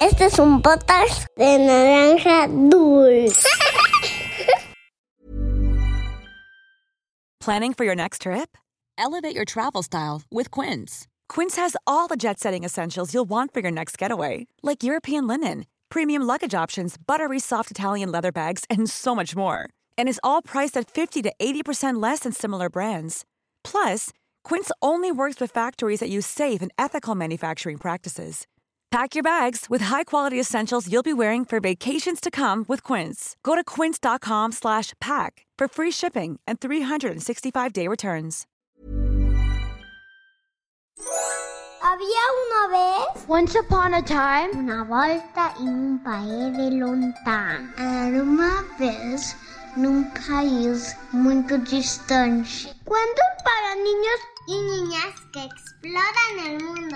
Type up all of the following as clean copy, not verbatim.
Este es un podcast de Naranja Dulce. Planning for your next trip? Elevate your travel style with Quince. Quince has all the jet-setting essentials you'll want for your next getaway, like European linen, premium luggage options, buttery soft Italian leather bags, and so much more. And is all priced at 50 to 80% less than similar brands. Plus, Quince only works with factories that use safe and ethical manufacturing practices. Pack your bags with high-quality essentials you'll be wearing for vacations to come with Quince. Go to quince.com/pack for free shipping and 365-day returns. Había una vez, Once upon a time, una volta en un país de lontano. Era uma vez num país muito distante. Cuentos para niños y niñas que exploran el mundo.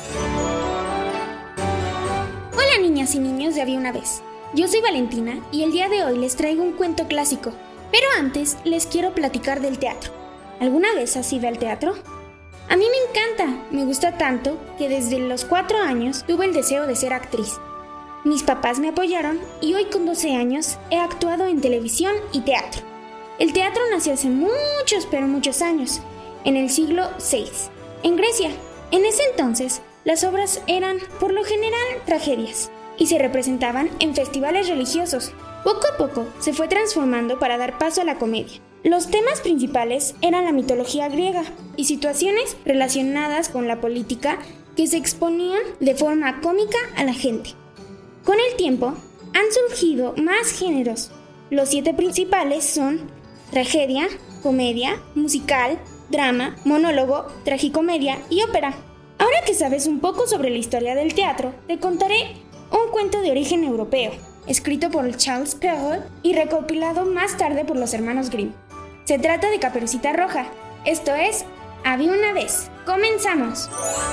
Hola niñas y niños de Había una vez. Yo soy Valentina y el día de hoy les traigo un cuento clásico. Pero antes les quiero platicar del teatro. ¿Alguna vez has ido al teatro? A mí me encanta, me gusta tanto que desde los 4 años tuve el deseo de ser actriz. Mis papás me apoyaron y hoy con 12 años he actuado en televisión y teatro. El teatro nació hace muchos años, en el siglo VI, en Grecia. En ese entonces, las obras eran, por lo general, tragedias y se representaban en festivales religiosos. Poco a poco se fue transformando para dar paso a la comedia. Los temas principales eran la mitología griega y situaciones relacionadas con la política que se exponían de forma cómica a la gente. Con el tiempo, han surgido más géneros. Los 7 principales son tragedia, comedia, musical, drama, monólogo, tragicomedia y ópera. Ahora que sabes un poco sobre la historia del teatro, te contaré un cuento de origen europeo, escrito por Charles Perrault y recopilado más tarde por los hermanos Grimm. Se trata de Caperucita Roja. Esto es Había una vez. ¡Comenzamos!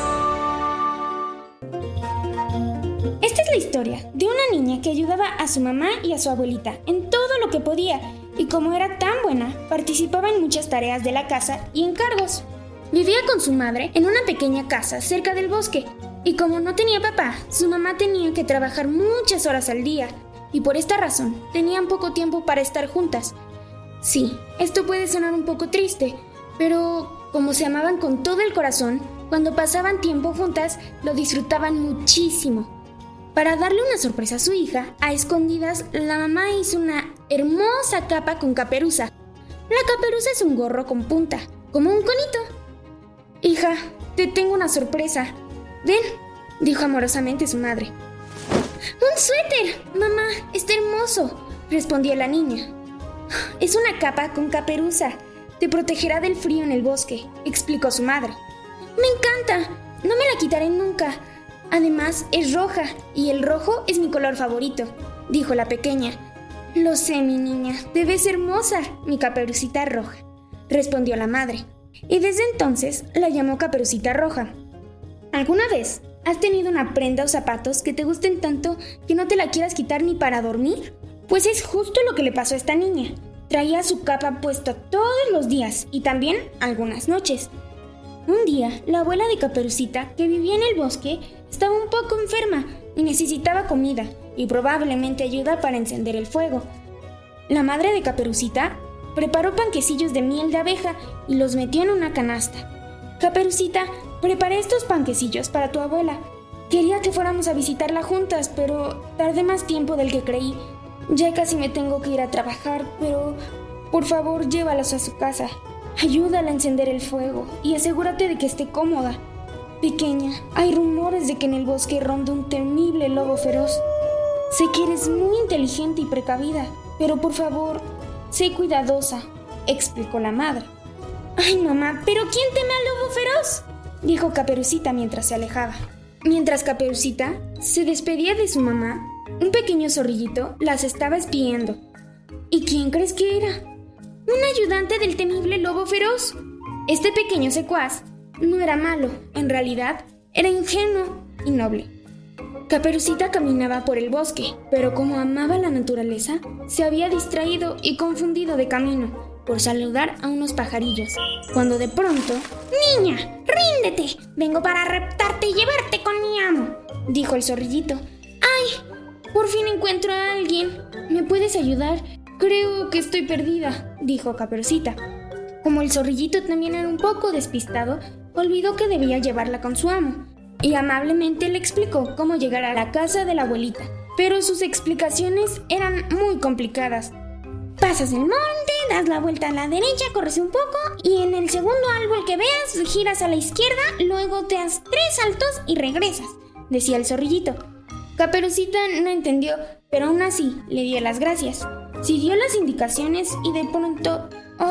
Esta es la historia de una niña que ayudaba a su mamá y a su abuelita en todo lo que podía, y como era tan buena, participaba en muchas tareas de la casa y encargos. Vivía con su madre en una pequeña casa cerca del bosque, y como no tenía papá, su mamá tenía que trabajar muchas horas al día, y por esta razón tenían poco tiempo para estar juntas. Sí, esto puede sonar un poco triste, pero como se amaban con todo el corazón, cuando pasaban tiempo juntas, lo disfrutaban muchísimo. Para darle una sorpresa a su hija, a escondidas, la mamá hizo una hermosa capa con caperuza. La caperuza es un gorro con punta, como un conito. «Hija, te tengo una sorpresa. Ven», dijo amorosamente su madre. «¡Un suéter! Mamá, está hermoso», respondió la niña. «Es una capa con caperuza. Te protegerá del frío en el bosque», explicó su madre. «Me encanta. No me la quitaré nunca. Además, es roja y el rojo es mi color favorito», dijo la pequeña. «Lo sé, mi niña. Te ves hermosa, mi Caperucita Roja», respondió la madre. Y desde entonces la llamó Caperucita Roja. ¿Alguna vez has tenido una prenda o zapatos que te gusten tanto que no te la quieras quitar ni para dormir? Pues es justo lo que le pasó a esta niña. Traía su capa puesta todos los días y también algunas noches. Un día, la abuela de Caperucita, que vivía en el bosque, estaba un poco enferma y necesitaba comida y probablemente ayuda para encender el fuego. La madre de Caperucita preparó panquecillos de miel de abeja y los metió en una canasta. «Caperucita, preparé estos panquecillos para tu abuela. Quería que fuéramos a visitarla juntas, pero tardé más tiempo del que creí. Ya casi me tengo que ir a trabajar, pero por favor llévalos a su casa. Ayúdala a encender el fuego y asegúrate de que esté cómoda. Pequeña, hay rumores de que en el bosque ronda un temible lobo feroz. Sé que eres muy inteligente y precavida, pero por favor, sé cuidadosa», explicó la madre. «Ay, mamá, ¿pero quién teme al lobo feroz?», dijo Caperucita mientras se alejaba. Mientras Caperucita se despedía de su mamá, un pequeño zorrillito las estaba espiando. ¿Y quién crees que era? Un ayudante del temible lobo feroz. Este pequeño secuaz no era malo, en realidad era ingenuo y noble. Caperucita caminaba por el bosque, pero como amaba la naturaleza, se había distraído y confundido de camino por saludar a unos pajarillos, cuando de pronto... «¡Niña, ríndete! Vengo para raptarte y llevarte con mi amo», dijo el zorrillito. ¡Ay! Por fin encuentro a alguien. ¿Me puedes ayudar? Creo que estoy perdida, dijo Caperucita. Como el zorrillito también era un poco despistado, olvidó que debía llevarla con su amo, y amablemente le explicó cómo llegar a la casa de la abuelita. Pero sus explicaciones eran muy complicadas. Pasas el monte, das la vuelta a la derecha, corres un poco, y en el segundo árbol que veas, giras a la izquierda, luego te das 3 saltos y regresas, decía el zorrillito. Caperucita no entendió, pero aún así le dio las gracias. Siguió las indicaciones y de pronto,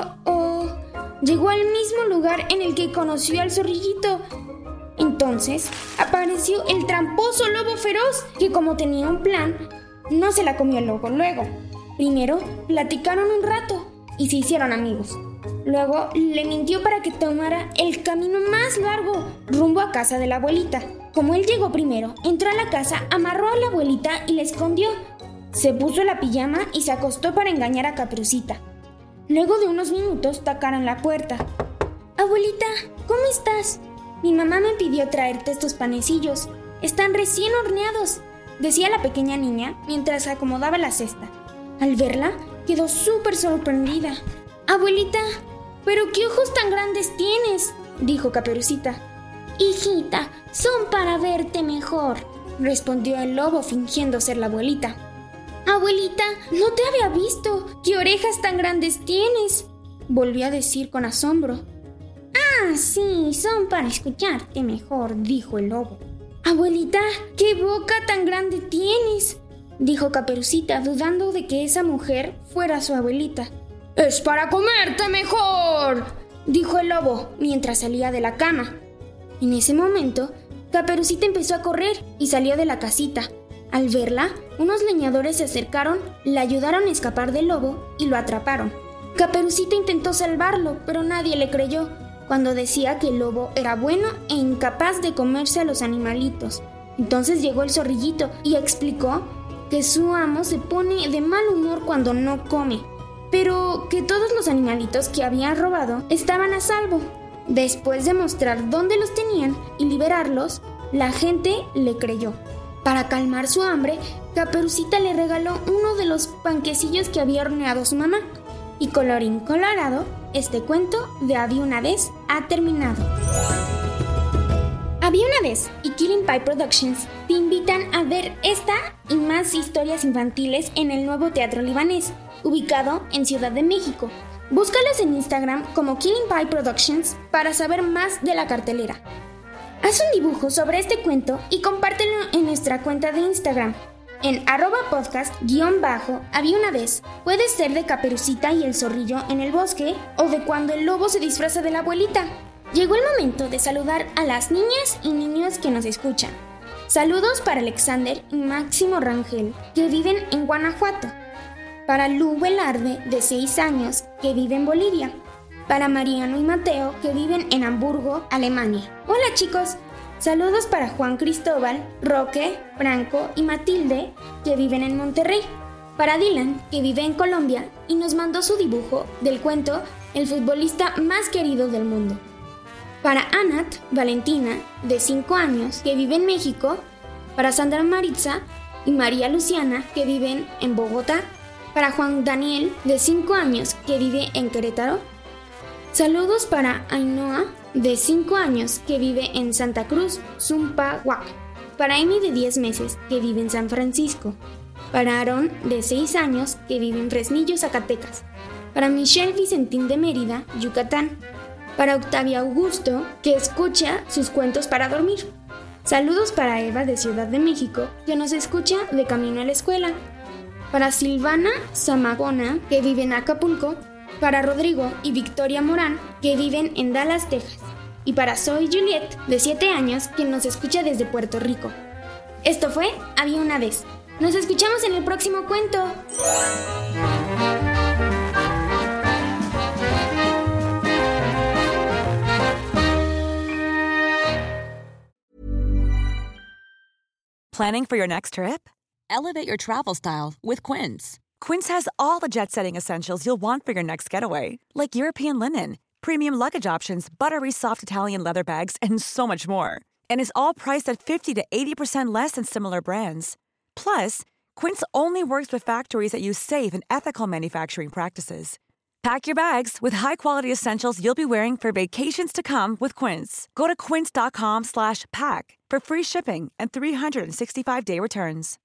llegó al mismo lugar en el que conoció al zorrillito. Entonces apareció el tramposo lobo feroz, que como tenía un plan, no se la comió luego. Primero platicaron un rato y se hicieron amigos. Luego le mintió para que tomara el camino más largo rumbo a casa de la abuelita. Como él llegó primero, entró a la casa, amarró a la abuelita y la escondió. Se puso la pijama y se acostó para engañar a Caperucita. Luego de unos minutos tocaron la puerta. «Abuelita, ¿cómo estás? Mi mamá me pidió traerte estos panecillos. Están recién horneados», decía la pequeña niña mientras acomodaba la cesta. Al verla, quedó súper sorprendida. «Abuelita, ¿pero qué ojos tan grandes tienes?», dijo Caperucita. «Hijita, son para verte mejor», respondió el lobo fingiendo ser la abuelita. «Abuelita, no te había visto. ¿Qué orejas tan grandes tienes?», volvió a decir con asombro. «Ah, sí, son para escucharte mejor», dijo el lobo. «Abuelita, ¿qué boca tan grande tienes?», dijo Caperucita, dudando de que esa mujer fuera su abuelita. «Es para comerte mejor», dijo el lobo mientras salía de la cama. En ese momento, Caperucita empezó a correr y salió de la casita. Al verla, unos leñadores se acercaron, la ayudaron a escapar del lobo y lo atraparon. Caperucita intentó salvarlo, pero nadie le creyó cuando decía que el lobo era bueno e incapaz de comerse a los animalitos. Entonces llegó el zorrillito y explicó que su amo se pone de mal humor cuando no come, pero que todos los animalitos que habían robado estaban a salvo. Después de mostrar dónde los tenían y liberarlos, la gente le creyó. Para calmar su hambre, Caperucita le regaló uno de los panquecillos que había horneado su mamá. Y colorín colorado, este cuento de Había una vez ha terminado. Había una vez y Killing Pie Productions te invitan a ver esta y más historias infantiles en el nuevo Teatro Libanés, ubicado en Ciudad de México. Búscalos en Instagram como Killing Pie Productions para saber más de la cartelera. Haz un dibujo sobre este cuento y compártelo en nuestra cuenta de Instagram, en @podcast_había una vez. Puede ser de Caperucita y el zorrillo en el bosque o de cuando el lobo se disfraza de la abuelita. Llegó el momento de saludar a las niñas y niños que nos escuchan. Saludos para Alexander y Máximo Rangel, que viven en Guanajuato. Para Lu Velarde, de 6 años, que vive en Bolivia. Para Mariano y Mateo, que viven en Hamburgo, Alemania. Hola chicos, saludos para Juan Cristóbal, Roque, Franco y Matilde, que viven en Monterrey. Para Dylan, que vive en Colombia y nos mandó su dibujo del cuento El futbolista más querido del mundo. Para Anat Valentina, de 5 años, que vive en México. Para Sandra Maritza y María Luciana, que viven en Bogotá. Para Juan Daniel, de 5 años, que vive en Querétaro. Saludos para Ainhoa, de 5 años, que vive en Santa Cruz, Zumpahuac. Para Amy, de 10 meses, que vive en San Francisco. Para Aarón, de 6 años, que vive en Fresnillo, Zacatecas. Para Michelle Vicentín de Mérida, Yucatán. Para Octavia Augusto, que escucha sus cuentos para dormir. Saludos para Eva, de Ciudad de México, que nos escucha de camino a la escuela. Para Silvana Zamagona, que vive en Acapulco. Para Rodrigo y Victoria Morán, que viven en Dallas, Texas. Y para Zoe Juliet, de 7 años, que nos escucha desde Puerto Rico. Esto fue Había una vez. Nos escuchamos en el próximo cuento. Planning for your next trip? Elevate your travel style with Quince. Quince has all the jet-setting essentials you'll want for your next getaway, like European linen, premium luggage options, buttery soft Italian leather bags, and so much more. And is all priced at 50 to 80% less than similar brands. Plus, Quince only works with factories that use safe and ethical manufacturing practices. Pack your bags with high-quality essentials you'll be wearing for vacations to come with Quince. Go to quince.com/pack for free shipping and 365-day returns.